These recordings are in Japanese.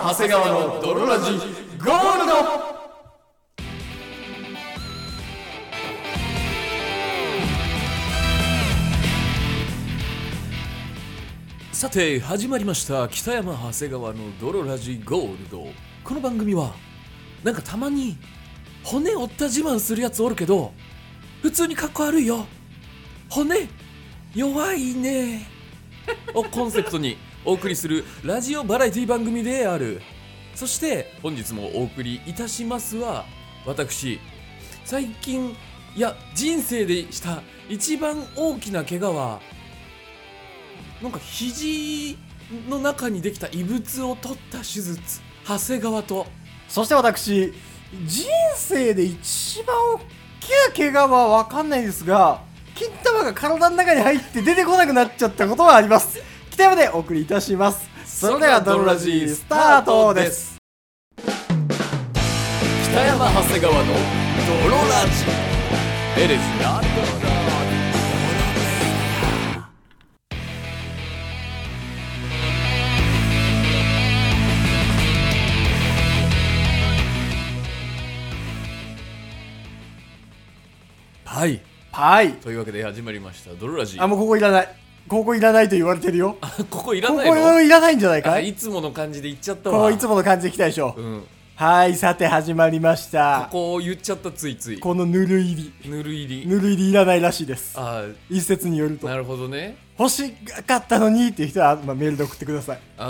長谷川の泥ラジゴールド。さて始まりました北山長谷川の泥ラジゴールド。この番組はなんかたまに骨折った自慢するやつおるけど普通にかっこ悪いよ、骨弱いねをコンセプトにお送りするラジオバラエティ番組である。そして本日もお送りいたしますは私、最近いや人生でした一番大きな怪我はなんか肘の中にできた異物を取った手術、長谷川と、 そして私、人生で一番大きな怪我は分かんないですが、金玉が体の中に入って出てこなくなっちゃったことはあります。北山でお送りいたします。それではドロラジースタートです。 北山長谷川のドロラジ It is not the はいはい。 というわけで始まりましたドロラジ。 もうここいらない。ここいらないと言われてるよ。 ここいらないの？ ここいらないんじゃないかい？ いつもの感じで言っちゃったわ。 こういつもの感じで来たでしょ。はい、さて始まりました。 ここ言っちゃった、ついつい。 このぬる入りいらないらしいです。一説によると。 なるほどね。 欲しかったのにっていう人は、メールで送ってください。 はい、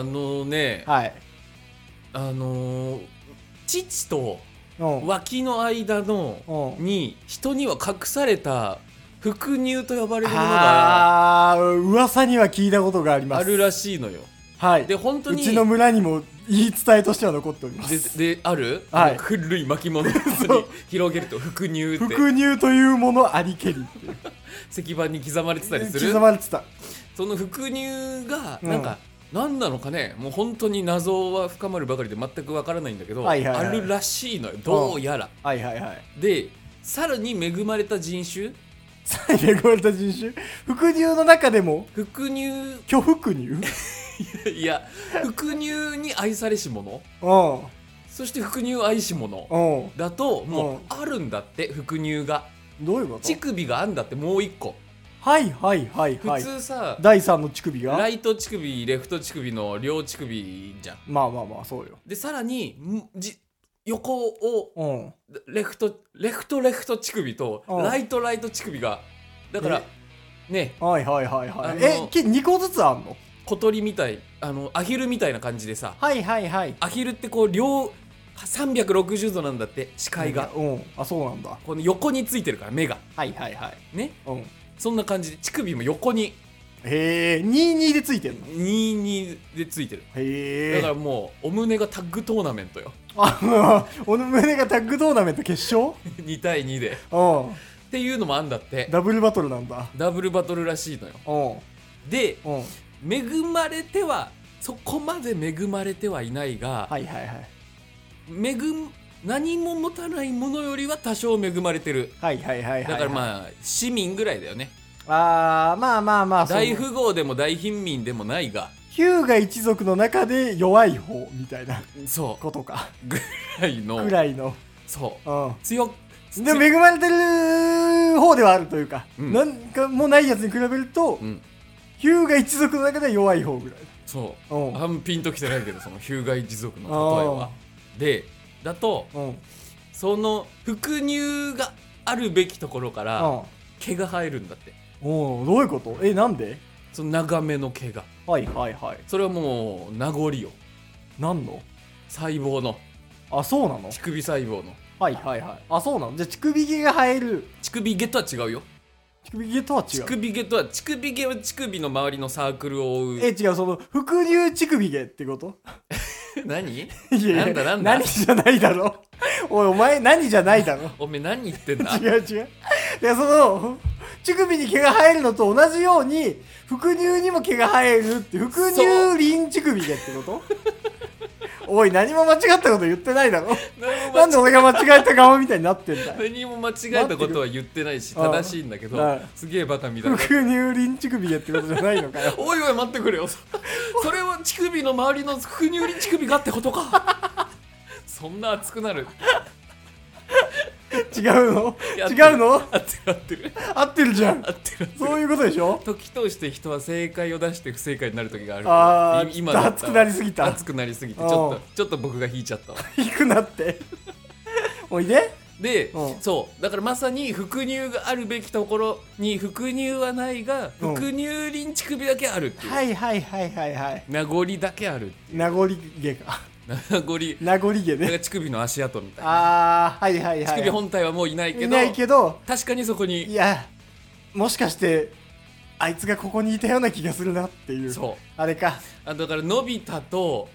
父と脇の間のに人には隠された腹乳と呼ばれるものが噂には聞いたことがあります。 あるらしいのよ。 はい。 で本当にうちの村にも言い伝えとしては残っております。 である、 はい、 古い巻物に広げると腹乳って腹乳というものありけりっていう石板に刻まれてたりする。 刻まれてた。 その腹乳がなんか、何なのかね、もう本当に謎は深まるばかりで全くわからないんだけど、あるらしいのよ、どうやら。でさらに恵まれた人種腹乳の中でも腹乳巨腹乳いや腹乳に愛されし者そして腹乳愛し者だともうあるんだって、腹乳が。 どういうこと？ 乳首があんだって、もう一個。 普通さ第3の乳首がライト乳首レフト乳首の両乳首じゃん。 まあそうよ。 でさらに横をレフト乳首とライト乳首がだからね。 2個ずつあんの？ 小鳥みたい、アヒルみたいな感じでさ。アヒルってこう両360度なんだって、視界が。 そうなんだ。 この横についてるから目がね。そんな感じで乳首も横に 22でついてるの ？22でついてる。だからもうお胸がタッグトーナメントよ。 お胸がタッグトーナメント決勝 2対2でっていうのもあんだって。 ダブルバトルなんだ。 ダブルバトルらしいのよ。で恵まれてはそこまで恵まれてはいないが、何も持たないものよりは多少恵まれてる。だからまあ市民ぐらいだよね。 まあ大富豪でも大貧民でもないが、 ヒューガ一族の中で弱い方みたいなことかぐらいのそう強でも恵まれてる方ではあるというか、なんかもないやつに比べると、ヒューガ一族の中では弱い方ぐらい。 あんピンときてないけど、そのヒューガ一族の例えはでだと、その腹乳があるべきところから毛が生えるんだって。 どういうこと？なんで？ その長めの毛が。それはもう名残よ。 何の？ 細胞の。 そうなの？ 乳首細胞の。 そうなの？じゃあ乳首毛が生える。 乳首毛とは違うよ。 乳首毛とは違う。 乳首毛は乳首の周りのサークルを覆う。 違う、その腹乳乳首毛ってこと何？ なんだ何じゃないだろお前何じゃないだろお前何言ってんだ違ういや、その乳首に毛が生えるのと同じように腹乳にも毛が生えるって、腹乳輪乳首毛ってことおい何も間違ったこと言ってないだろなんで俺が間違えた側みたいになってんだよ。 何も間違えたことは言ってないし正しいんだけどああすげえバカみたいな副乳輪乳首毛ってことじゃないのかよおいおい待ってくれよそれは乳首の周りの副乳輪乳首がってことかそんな熱くなる違うのやって違うの合ってる合ってる合ってるじゃん合ってるそういうことでしょ。 時として人は正解を出して不正解になる時があるあー今だったら熱くなりすぎた熱くなりすぎてちょっと僕が引いちゃったわ引くなっておいででうんそうだからまさに副乳があるべきところに副乳はないがうん副乳輪乳首だけあるっていう、 はいはいはいはいはい名残だけある名残毛か名残名残毛ねだから乳首の足跡みたいなあーはいはいはい乳首本体はもういないけどいないけど確かにそこいにやもしかしてあいつがここにいたような気がするなっていうそうあれかだからのび太と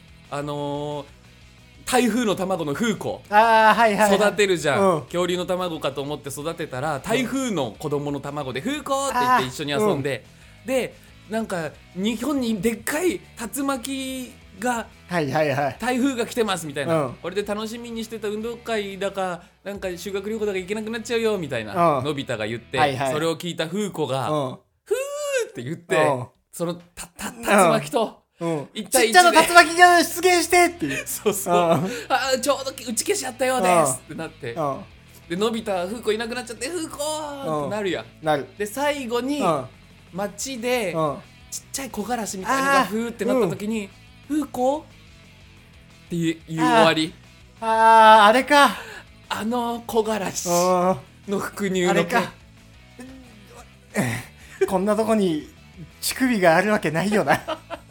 台風の卵の風子ああはいはい、はい、 育てるじゃん、 うん恐竜の卵かと思って育てたら台風の子供の卵で風子って言って一緒に遊んで、でなんか日本にでっかい竜巻がはいはいはい台風が来てますみたいな、 うんこれで楽しみにしてた運動会だかなんか修学旅行だか行けなくなっちゃうよみたいな、 うんのび太が言って、 はいはいそれを聞いた風子が、 うんって言って、 うんその竜巻とうん一対一ちっちゃなで竜巻が出現してっていうそうそう、 うんあちょうど打ち消しやったようですってなって、 うんでのび太は風子いなくなっちゃって風子ってなるやん、 なるで最後にうん街でうんちっちゃい木枯らしみたいなのがふーってなった時に風子っていう終わりあーあれかあの木枯らしうんの副乳の毛あれかこんなとこに乳首があるわけないよな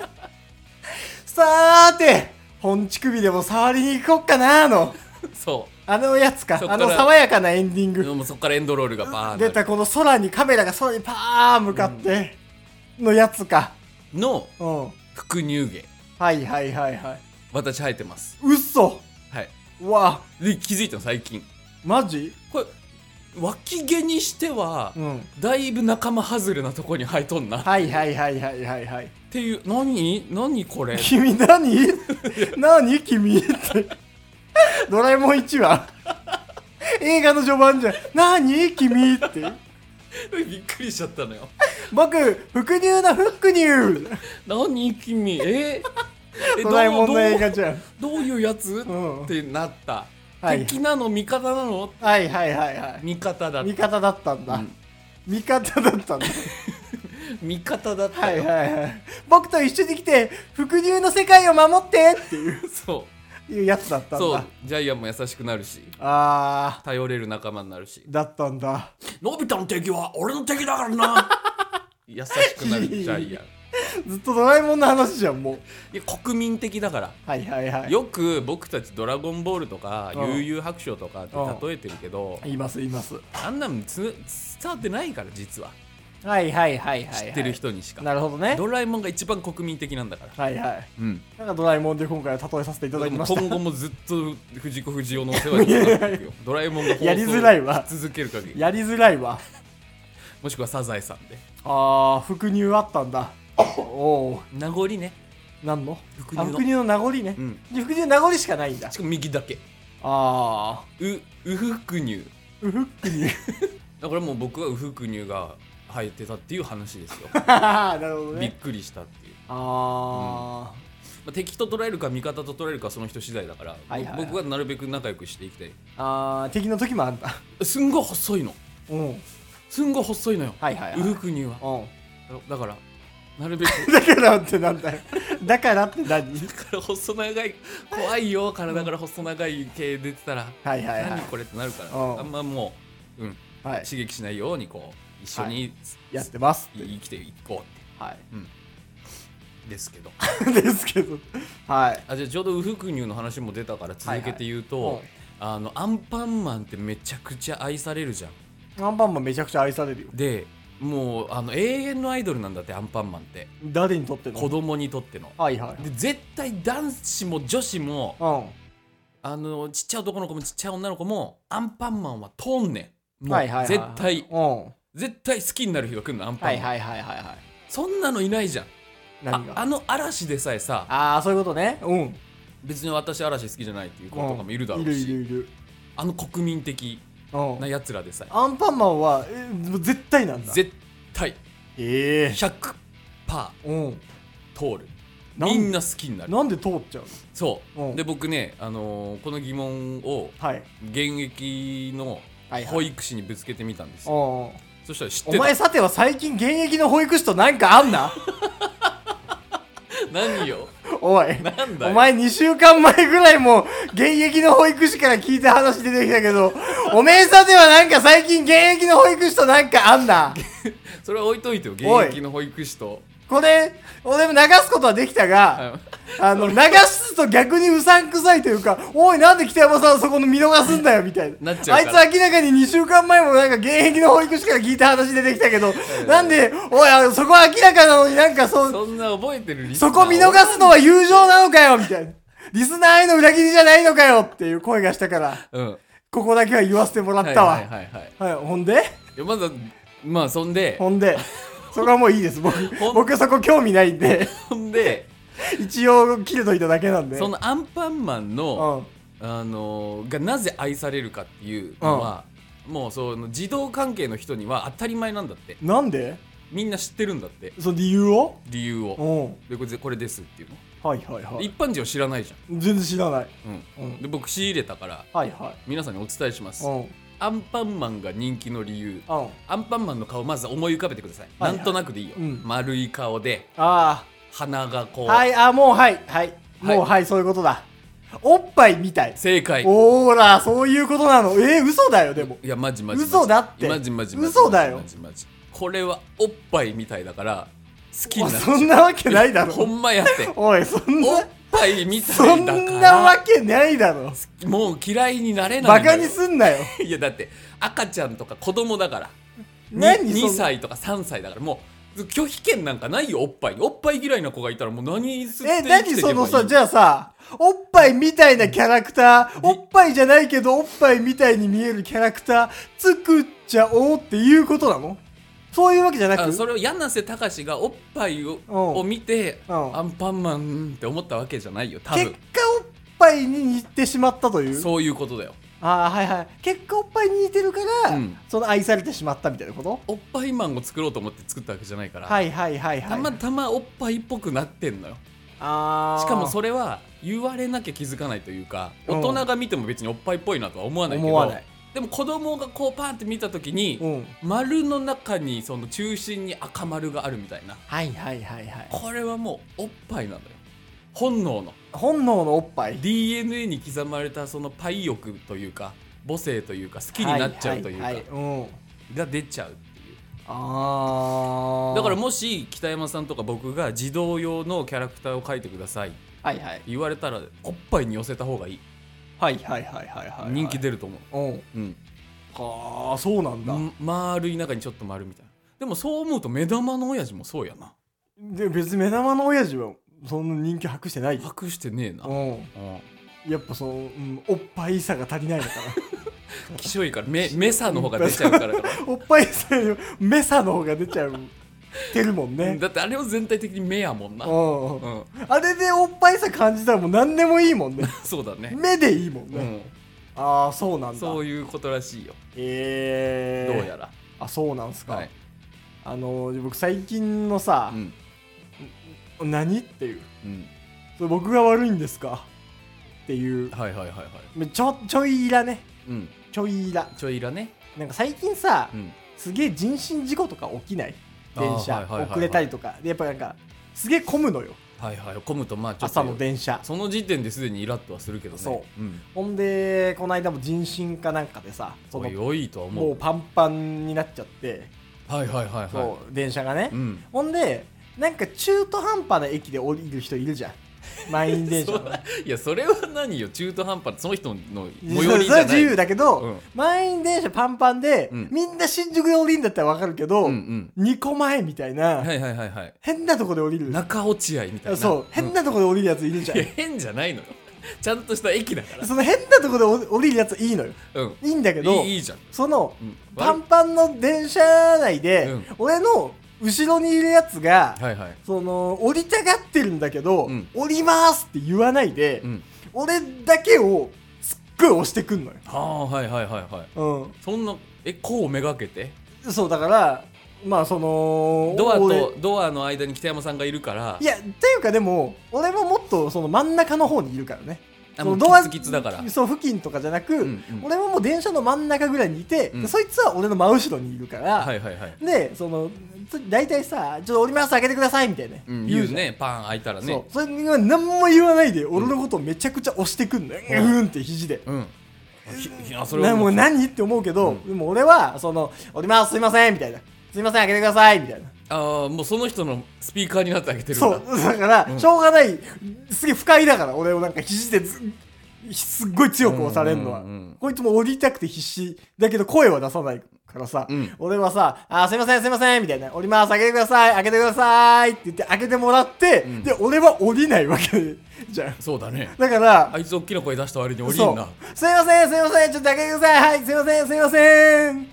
さーて本乳首でも触りに行こっかなそあのやつかそっからあの爽やかなエンディングうもうそこからエンドロールがバーン出たこの空にカメラが空にパーン向かってのやつかのうん副乳毛はいはいはいはい私生えてますうっそはいうわで気づいたの最近マジこれ脇毛にしてはうんだいぶ仲間外れなとこに生えとんなっはいはいはいはいはいはいていう何これ君何何君ってドラえもん1話映画の序盤じゃん何君ってびっくりしちゃったのよ僕副乳のフック乳何君ドラえもんの映画じゃんどういうやつ、 うんってなったはい敵なの味方なのはいはいはいはい味方だった味方だったんだ、 うん味方だったんだ味方だったよ、 はいはいはい僕と一緒に来て副乳の世界を守ってっていうそうやつだったんそうだジャイアンも優しくなるしあ頼れる仲間になるしーだったんだのび太の敵は俺の敵だからな優しくなるジャイアンずっとドラえもんの話じゃんもういや国民的だからはいはいはいよく僕たち「ドラゴンボール」とか「 うん悠々白書」とかって例えてるけど言います言いますあんなん伝わってないから実ははいはいはいはい、はい、 知ってる人にしかなるほどねドラえもんが一番国民的なんだからはいはいうんなんかドラえもんで今回は例えさせていただきました今後もずっと藤子不二雄のお世話になっていくよドラえもんが放送やりづらいわし続ける限りやりづらいわもしくはサザエさんであー副乳あったんだおお名残ね何の副乳の副乳の名残ね、 うん副乳の名残しかないんだしかも右だけあう副乳ーうふっく乳だからもう僕はウフク乳が生えてたっていう話ですよなるほどびっねくりしたっていう、 あまあ、敵と捉えるか味方と捉えるかその人次第だから、 はいはいはい僕はなるべく仲良くしていきたいーあー敵の時もあんだすんごい細いのうんすんごい細いのよ、 はいはいはいウフク乳はうんだからなるべくだからってなんだよだからって何だから細長い怖いよ体から細長い系出てたら、 はいはいはい何これってなるから、 うんあんまもう、 はい刺激しないようにこう一緒に、 やってますって生きていこうはってですけどいですけどはいじゃあちょうどウフク乳の話も出たから続けて言うと、 はいはいアンパンマンってめちゃくちゃ愛されるじゃん。 アンパンマンめちゃくちゃ愛されるよでもう永遠のアイドルなんだってアンパンマンって誰にとっての子供にとっての。 はいはいで絶対男子も女子もうんちっちゃい男の子もちっちゃい女の子もアンパンマンは通んねん。もうはいはいはい絶対うん絶対好きになる日が来るのアンパンマン。 はいはいはいはいはいそんなのいないじゃん。 何があの嵐でさえさああそういうことねうん別に私嵐好きじゃないっていう子とかもいるだろういるし、 いる国民的なやつらでさえアンパンマンはもう絶対なんだ。 絶対100% うん通る。 なんみんな好きになる。 なんで通っちゃうそううんで僕ね、この疑問をの？はい現役のはいはい保育士にぶつけてみたんですよ。 おそしたら知ってた。 前さては最近現役の保育士となんかあんな何よおいなんだよお前2週間前ぐらいも現役の保育士から聞いた話出てきたけどおめえさてはなんか最近現役の保育士となんかあんなそれは置いといてよ。現役の保育士とこれ俺も流すことはできたが流すと逆にうさんくさいというかおいなんで北山さんそこの見逃すんだよみたいなあいつなっちゃうから明らかに2週間前もなんか現役の保育士から聞いた話出てきたけどなんでおいそこ明らかなのになんかそんな覚えてるリスナーそこ見逃すのは友情なのかよみたいなリスナーへの裏切りじゃないのかよっていう声がしたからうんここだけは言わせてもらったわはいはいはいはいはいほんでいやまずまあそんでそこはもういいです僕そこ興味ないんでほんで一応切れといただけなんでそのアンパンマンのがなぜ愛されるかっていうのはもうその児童関係の人には当たり前なんだって。 なんでみんな知ってるんだってその理由を理由を。 うんでこれですっていうのはいはいはい一般人は知らないじゃん。 全然知らないで僕仕入れたからはいはい皆さんにお伝えします。 うんアンパンマンが人気の理由。 うんアンパンマンの顔まず思い浮かべてください。 はいはいなんとなくでいいよ、 うん丸い顔であ鼻がこう、 あはいもうはいもうはいそういうことだおっぱいみたい正解。 おーらそういうことなの嘘だよでもいやマジ嘘だってマジ嘘だよマジこれはおっぱいみたいだから好きになっちゃう。 そんなわけないだろほんまやっておいそんおっなぱいみたそいだかんなわらけないだろもう嫌いになれないのよ。 バカにすんなよいやだって赤ちゃんとか子供だから2 何その歳とか3歳だからもう拒否権なんかないよ。おっぱいにおっぱい嫌いな子がいたらもう何すって生きていけばいい。 何そのさじゃあさおっぱいみたいなキャラクターおっぱいじゃないけどおっぱいみたいに見えるキャラクター作っちゃおうっていうことなの？そういうわけじゃなくそれを柳瀬隆がおっぱいを見てアンパンマンって思ったわけじゃないよ多結分。 果おっぱいに似てしまったというそういうことだよ。 はいはい結果おっぱいに似てるから、 うんその愛されてしまったみたいなことおっぱいマンを作ろうと思って作ったわけじゃないから、 はいたまたまおっぱいっぽくなってんのよ。ししかもそれは言われなきゃ気づかないというか大人が見ても別におっぱいっぽいなとは思わないけど思わないでも子供がこうパーンって見た時に、 うん丸の中にその中心に赤丸があるみたいなはいこれはもうおっぱいなのよ。本能の本能のおっぱい DNA に刻まれたそのパイ欲というか母性というか好きになっちゃうというかが出ちゃうっていう。だからもし北山さんとか僕が児童用のキャラクターを描いてください言われたらおっぱいに寄せた方がいい。人気出ると思う。 はあそうなんだ丸い中にちょっと丸みたいな。でもそう思うと目玉の親父もそうやな。 で別に目玉の親父はそんな人気博してない隠してねえな。 やっぱその、おっぱいさが足りないのかなきしょいからメサの方が出ちゃうからおっぱいさよりメサの方が出ちゃうてるもんねだってあれは全体的に目やもんな。 あれでおっぱいさ感じたらもう何でもいいもんねそうだね。 目でいいもんね、ああそうなんだそういうことらしいよ。どうやら。 そうなんすか、 はい、 僕最近のさ、何っていう、それ僕が悪いんですかっていうちょいイラね、ちょいイラね。なんか最近さ、すげえ人身事故とか起きない？電車遅れたりとかでやっぱなんかすげえ混むのよ。 混むとまあちょっと朝の電車その時点ですでにイラッとはするけどね。 そう、ほんでこの間も人身かなんかでさその良いとは思う。 もうパンパンになっちゃってそう電車がね、ほんでなんか中途半端な駅で降りる人いるじゃん満員電車のいやそれは何よ中途半端その人の最寄りじゃない。 それは自由だけど、満員電車パンパンで、みんな新宿で降りるんだったら分かるけど、2個前みたいな、変なとこで降りる中落合みたいなそう変なとこで降りるやついるじゃん。 いや変じゃないのよちゃんとした駅だから。 その変なとこで降りるやついいのよ、いいんだけどいいじゃん。 その、パンパンの電車内で、俺の後ろにいるやつが、その降りたがってるんだけど、降りますって言わないで、 俺だけをすっごい押してくんのよ。 はあ、はいはいはいはい。そんなこうめがけてそうだからまあそのドアとドアの間に北山さんがいるから。 いやっていうかでも俺ももっとその真ん中の方にいるからね。 そのドアキツキツだからそう付近とかじゃなく、 うんうん、 俺ももう電車の真ん中ぐらいにいて、 うん、 そいつは俺の真後ろにいるから、 はいはいはい、 でその大体さちょっと降ります開けてくださいみたいな、 言うね。パン開いたらね。 それが何も言わないで俺のことをめちゃくちゃ押してくんのよ、って肘で、 それはもう何って思うけど、でも俺はその降りますすいませんみたいな、すいません開けてくださいみたいな、 もうその人のスピーカーになってあげてるんだ。 そうだから、しょうがないすげえ不快だから俺をなんか肘ですっごい強く押されるのは、こいつも降りたくて必死だけど声は出さないからさ、俺はさすいませんすいませんみたいな、降ります開けてください開けてくださいって言って開けてもらって、で俺は降りないわけじゃん。 そうだね。 だからあいつ大きな声出した割に降りんな。 すいませんすいませんちょっと開けてください、はいすいませんすいません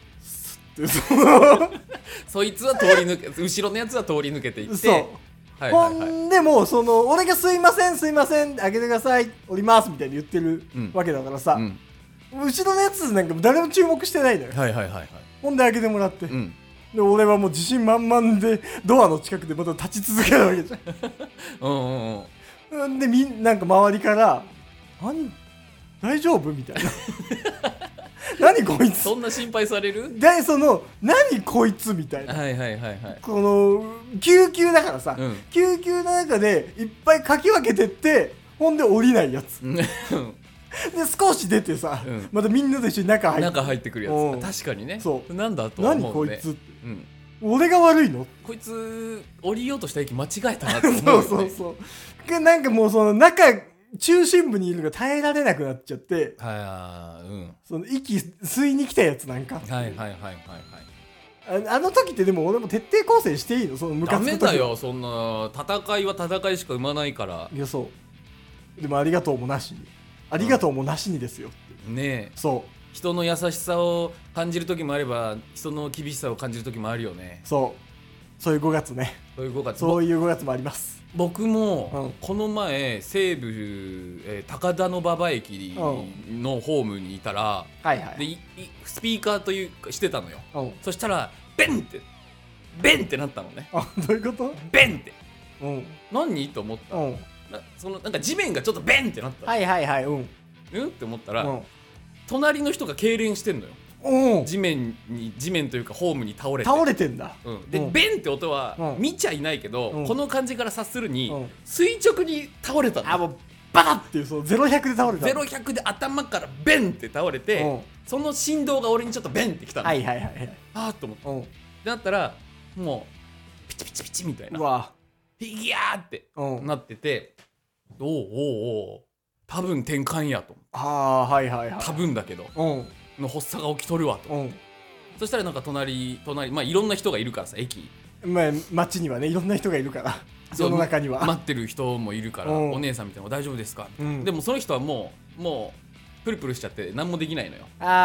そいつは通り抜け後ろのやつは通り抜けていって、 そう、 はいはいはい、 ほんでもその俺がすいませんすいません開けてください降りますみたいに言ってるわけだからさ、後ろのやつなんか誰も注目してないのよ。 はいはいはいはい。 ほんで開けてもらって、で俺はもう自信満々でドアの近くでまた立ち続けるわけじゃんでなんか周りから何大丈夫みたいな何こいつそんな心配されるその何こいつみたいな、 はいはいはいはい、 この救急だからさ、救急の中でいっぱいかき分けてってほんで降りないやつで少し出てさ、またみんなと一緒に中入ってくるやつ、確かにね。そうなんだと思うね。 何こいつって、俺が悪いのこいつ降りようとした駅間違えたなって思うよねそうなんかもうその中心部にいるのが耐えられなくなっちゃって、その息吸いに来たやつなんか、 はいはいはいはいはい、あの時ってでも俺も徹底抗戦していいの？そのムカつく時ダメだよ、そんな戦いは戦いしか生まないから。 いやそうでもありがとうもなしにありがとうもなしにですよって、 ねえ、 そう人の優しさを感じる時もあれば人の厳しさを感じる時もあるよね。 そういう5月ね、そういう5月もあります。 僕もこの前西武、高田馬場駅のホームにいたら、でスピーカーというしてたのよ。そしたらベンってなったのね。 どういうこと？ ベンって、何と思った。なんか地面がちょっとベンってなった。って思ったら、隣の人が痙攣してんのよ。地面というかホームに倒れてんだ、 でベンって音は見ちゃいないけど、この感じから察するに、垂直に倒れたの。 もうバタッっていう0-100で倒れた。 0-100で頭からベンって倒れて、その振動が俺にちょっとベンってきたの。あーっと思って、だったらもうピチピチピチみたいな、いやーってなってて、お多分転換やと。多分だけどの発作が起きとるわと、そしたらなんか隣まあいろんな人がいるからさ、駅街にはねいろんな人がいるから、その中には待ってる人もいるから、お姉さんみたいなの大丈夫ですか、でもその人はもうプルプルしちゃって何もできないのよ。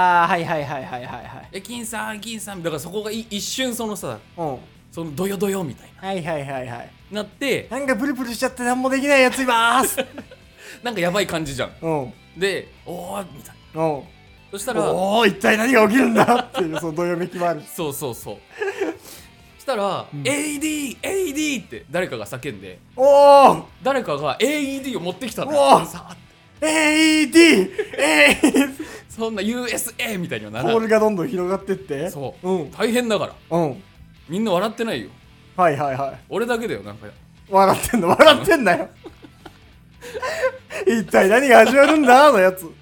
金さんだからそこが一瞬そのさ、そのドヨドヨみたいななって、 なんかプルプルしちゃって何もできないやついますなんかやばい感じじゃん。でおーみたいな、そしたら一体何が起きるんだっていうそのどよめきもある。 そうしたら、AED って誰かが叫んで、誰かが AED を持ってきたのよ。 AED そんな USA みたいにはならない。 コールがどんどん広がってって、 大変だから、みんな笑ってないよ。俺だけだよ。なんか笑ってんだよ一体何が始まるんだのやつ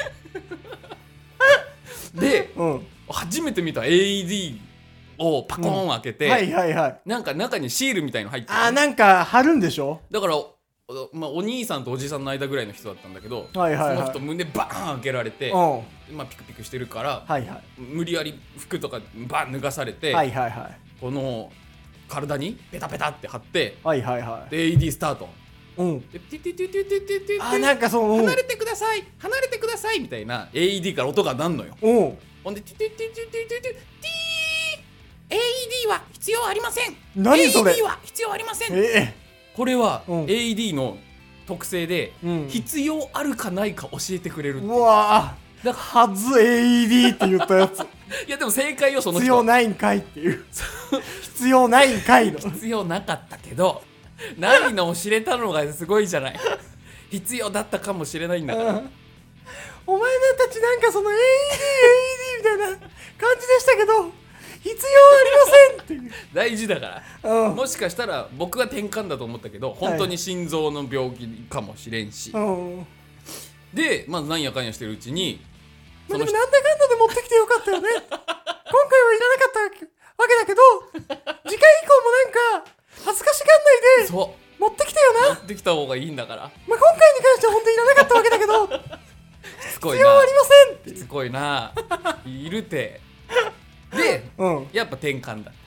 で、初めて見た AED をパコーン開けて、なんか中にシールみたいの入ってる、 なんか貼るんでしょ。 だからお兄さんとおじさんの間ぐらいの人だったんだけど、その人胸バーン開けられて、ピクピクしてるから、無理やり服とかバン脱がされて、この体にペタペタって貼って、で AED スタート、でティティティティティティティ、 なんか離れてくださいみたいな AED から音が鳴んのよ。ほんでティティティティティティティティ AED は必要ありません。 何それ AED は必要ありません。これは AED の特性で、必要あるかないか教えてくれるっていう。 うわー、だからはず AED って言ったやついやでも正解よ、その人。 必要ないんかいっていう必要ないんかいの必要なかったけどないのを知れたのがすごいじゃない。必要だったかもしれないんだから。 お前らたちなんかその AED みたいな感じでしたけど必要ありませんっていう大事だから、もしかしたら僕は転換だと思ったけど本当に心臓の病気かもしれんし、でまずなんやかんやしてるうちにでもなんだかんだで持ってきてよかったよね今回はいらなかったわけだけど次回以降もなんか恥ずかしがんないでそう持ってきてよな。 持ってきた方がいいんだから。 まあ、今回に関しては本当にいらなかったわけだけどしつこい必要ありませんってしつこいないるてで、やっぱ転換だった。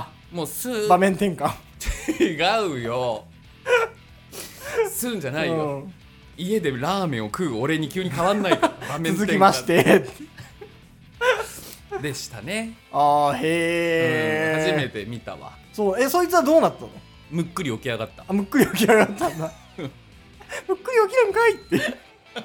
もう場面転換違うよすんじゃないよ、家でラーメンを食う俺に急に変わんないから場面転換続きましてでしたね。 へ初めて見たわ。 そう、そいつはどうなったの？ むっくり起き上がった。 むっくり起き上がったんだむっくり起きるんかいって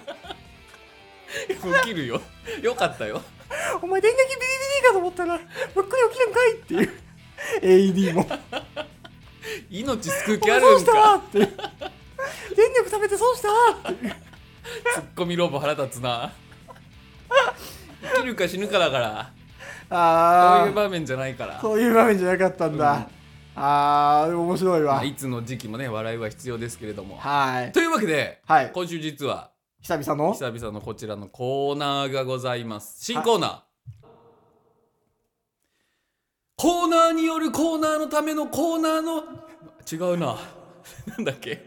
起きるよよかったよ。 お前電撃ビリビリかと思ったらむっくり起きるんかいっていうAED も命救う気ある損したんかって電力食べて損したっていうツッコミロボ腹立つな生きるか死ぬかだから。そういう場面じゃないから。 そういう場面じゃなかったんだ、でも面白いわ、 いつの時期もね笑いは必要ですけれども。というわけで、今週実は久々 のこちらのコーナーがございます。新コーナー、コーナーによるコーナーのためのコーナーの違うななんだっけ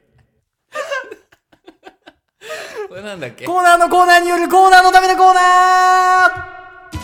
これなんだっけ、 コーナーのコーナーによるコーナーのためのコーナー。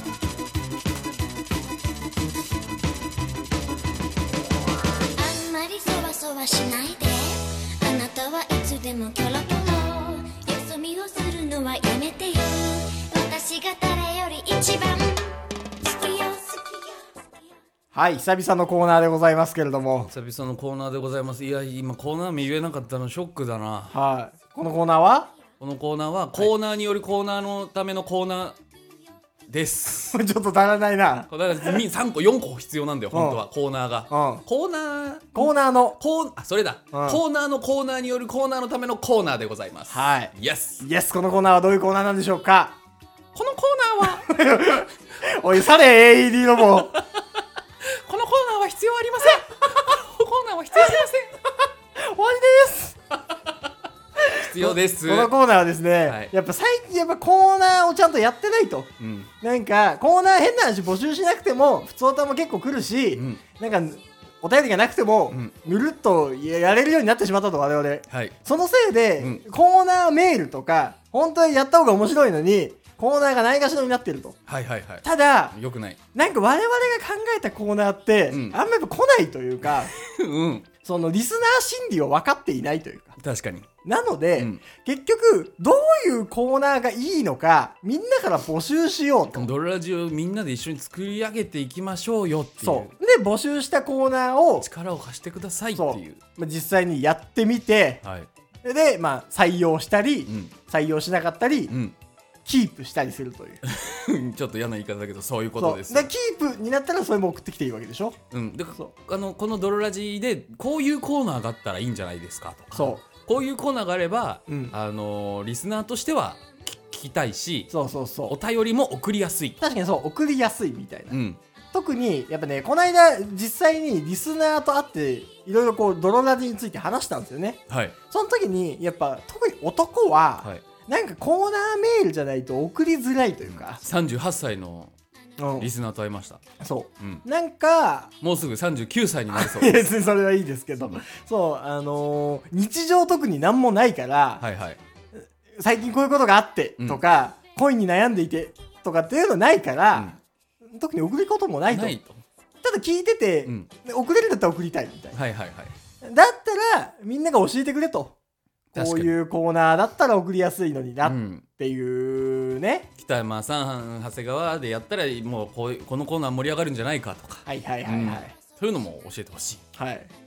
そわしないで、あなたはいつでもキョロキョロ、休みをするのはやめてよ、私が誰より一番好きよ。 はい、久々のコーナーでございますけれども。 久々のコーナーでございます。いや今コーナー名言えなかったのショックだな。 このコーナーはコーナーによるコーナーのためのコーナーですちょっと足らないな。 だから3個4個必要なんだよ本当は、コーナーが、コーナーのそれだ、コーナーのコーナーによるコーナーのためのコーナーでございます。イエスこのコーナーはどういうコーナーなんでしょうか。 このコーナーはおいされ AED ロボこのコーナーは必要ありませんこのコーナーは必要ありません終わりです必要です。 このコーナーはですね、やっぱ最近コーナーをちゃんとやってないと、なんかコーナー変な話募集しなくても普通歌も結構来るし、なんかお便りがなくても、ぬるっとやれるようになってしまったと我々、そのせいで、コーナーメールとか本当はやった方が面白いのにコーナーがないがしろになってると。ただよくない。 なんか我々が考えたコーナーって、あんまやっぱ来ないというかそのリスナー心理を分かっていないというか。 確かに。 なので、結局どういうコーナーがいいのかみんなから募集しようと。 ドロラジをみんなで一緒に作り上げていきましょうよっていう。 そうで募集したコーナーを力を貸してくださいっていう。 実際にやってみて、で採用したり、採用しなかったり、キープしたりするというちょっと嫌な言い方だけどそういうことです。 でキープになったらそれも送ってきていいわけでしょ。 でこのドロラジでこういうコーナーがあったらいいんじゃないですかとか、こういうコーナーがあれば、リスナーとしては聞きたいし、お便りも送りやすい。 確かに送りやすいみたいな、特にやっぱねこの間実際にリスナーと会っていろいろドロラジについて話したんですよね。その時にやっぱ特に男は、なんかコーナーメールじゃないと送りづらいというか、 38歳のリスナーと会いました。 なんかもうすぐ39歳になるそうです。 別にそれはいいですけど、日常特になんもないから、最近こういうことがあってとか、恋に悩んでいてとかっていうのないから、特に送ることもないと。ただ聞いてて、送れるんだったら送りたいみたいな。だったらみんなが教えてくれと。こういうコーナーだったら送りやすいのになっていうね。 北山さん長谷川でやったらもうこのコーナー盛り上がるんじゃないかとか、そういうのも教えてほしい。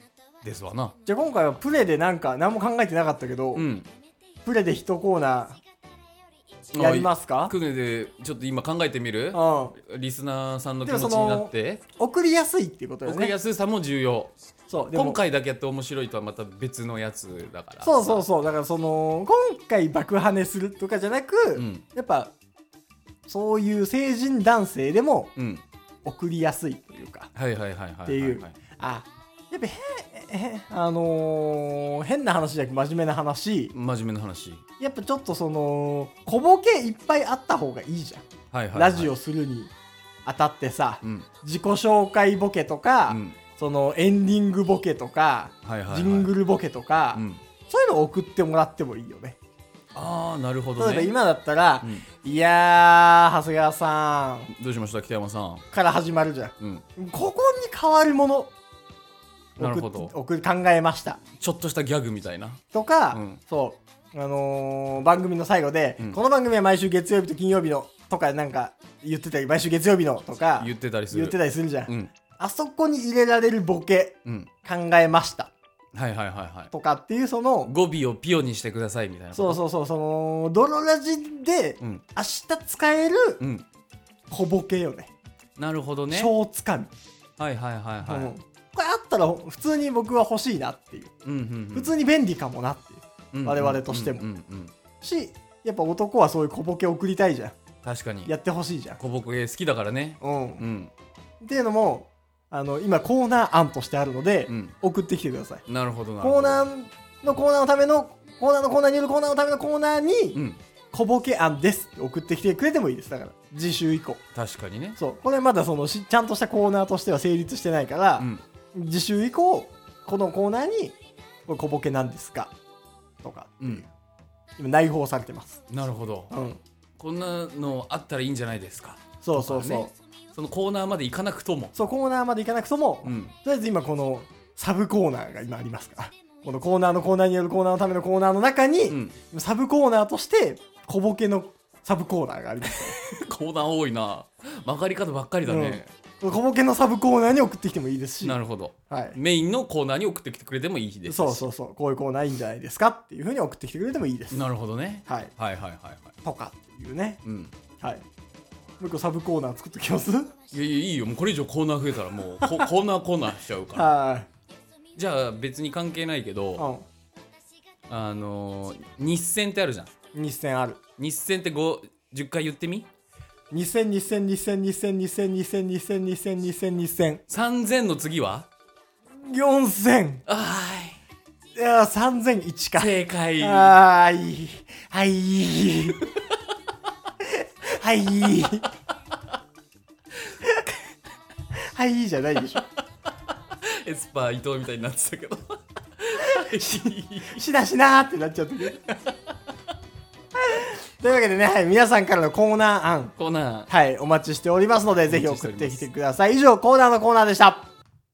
ですわな。 じゃあ今回はプレでなんか何も考えてなかったけど、 うん。 プレで1コーナーやりますか？ クネでちょっと今考えてみる？ うん。 リスナーさんの気持ちになって。 送りやすいっていうことよね。 送りやすさも重要。 そう。でも今回だけやって面白いとはまた別のやつだから。 そうそうそう。だから今回爆跳ねするとかじゃなく、やっぱそういう成人男性でも送りやすいというか、 はいはいはいはいっていう。あ、やっぱ変な話じゃなく真面目な話。やっぱちょっと小ボケいっぱいあった方がいいじゃん。 はいはいはい、 ラジオするにあたってさ、自己紹介ボケとか、エンディングボケとか、ジングルボケとか、そういうのを送ってもらってもいいよね。 ああ、なるほどね。 例えば今だったら、いやー長谷川さんどうしました北山さんから始まるじゃん、ここに変わるものなるほど考えました、 ちょっとしたギャグみたいなとか、そう番組の最後で、この番組は毎週月曜日と金曜日のとかなんか言ってたり、毎週月曜日のとか言ってたりするじゃん、あそこに入れられるボケ、考えました、 はいはいはいはいとかっていう語尾をピオにしてくださいみたいなこと。 そうドロラジで、明日使える、小ボケよね。 なるほどね。 小つかみ。 はいはいはいはい、 これあったら普通に僕は欲しいなっていう、普通に便利かもなっていう、我々としても、しやっぱ男はそういう小ボケ送りたいじゃん。 確かにやってほしいじゃん。 小ボケ好きだからね。 っていうのも今コーナー案としてあるので、送ってきてください。 なるほどな。 コーナーのためのコーナーによるコーナーのためのコーナーに、小ボケ案ですって送ってきてくれてもいいです。だから次週以降。 確かにね。 そう、これまだちゃんとしたコーナーとしては成立してないから、次週以降このコーナーにこれ小ボケなんですかとか、今内包されてます。 なるほど、こんなのあったらいいんじゃないですか。 そう、 そのコーナーまで行かなくとも、 コーナーまで行かなくとも、とりあえず今このサブコーナーが今ありますから、このコーナーによるコーナーのためのコーナーの中に、サブコーナーとして小ボケのサブコーナーがありますからコーナー多いな、曲がり方ばっかりだね、 小ボケのサブコーナーに送ってきてもいいですし、 なるほど、メインのコーナーに送ってきてくれてもいいですし、 そうこういうコーナーいいんじゃないですかっていう風に送ってきてくれてもいいです。 なるほどね、 はいとかっていうね、もう一個サブコーナー作っときます？ いいよ、もうこれ以上コーナー増えたらもうコーナーしちゃうからじゃあ別に関係ないけど、日銭ってあるじゃん。 日銭ある。 日銭って10回言ってみ。3000の次は 4000。いや3001か。 正解。 はいはいじゃないでしょ。 エスパー伊藤みたいになってたけどしなってなっちゃってるというわけでね、皆さんからのコーナー案お待ちしておりますので、ぜひ送ってきてください。以上コーナーでした。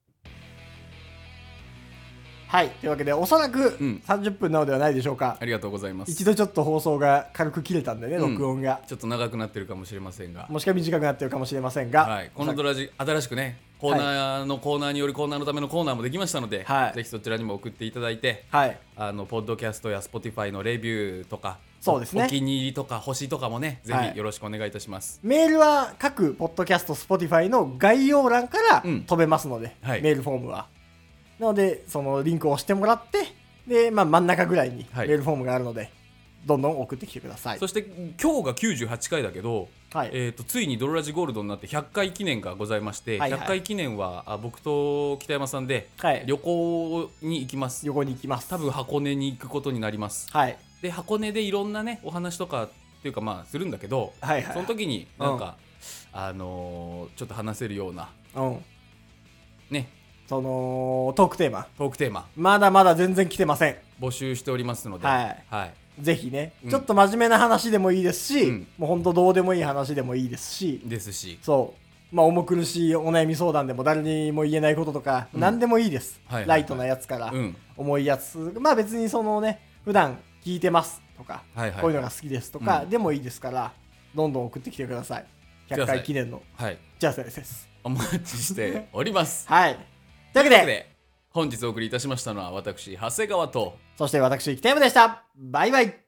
はい、というわけでおそらく30分なのではないでしょうか。 ありがとうございます。 一度ちょっと放送が軽く切れたんでね、録音がちょっと長くなってるかもしれませんが、 もしくは短くなってるかもしれませんが、 このドラジ新しくね、コーナーによるコーナーのためのコーナーもできましたので、ぜひそちらにも送っていただいて、ポッドキャストや Spotify のレビューとか、そうですね、お気に入りとか星とかもね、ぜひよろしくお願いいたします。 メールは各ポッドキャスト Spotify の概要欄から飛べますので、メールフォームはなので、そのリンクを押してもらって、で、真ん中ぐらいにメールフォームがあるので、どんどん送ってきてください。 そして今日が98回だけど、ついにドロラジゴールドになって100回記念がございまして、100回記念は僕と北山さんで旅行に行きます。多分箱根に行くことになります。で、箱根でいろんなねお話とかっていうかするんだけど、その時になんか、ちょっと話せるような、ね、 そのトークテーマまだまだ全然来てません。 募集しておりますので、 ぜひね、ちょっと真面目な話でもいいですし、もうほんとどうでもいい話でもいいですし、そう重苦しいお悩み相談でも誰にも言えないこととか、何でもいいです。ライトなやつから重いやつ、別にそのね、普段聞いてますとか、こういうのが好きですとかでもいいですから、どんどん送ってきてください。100回記念のじゃあ先生です。 お待ちしております。 というわけで本日お送りいたしましたのは私長谷川とそして私北山でした。バイバイ。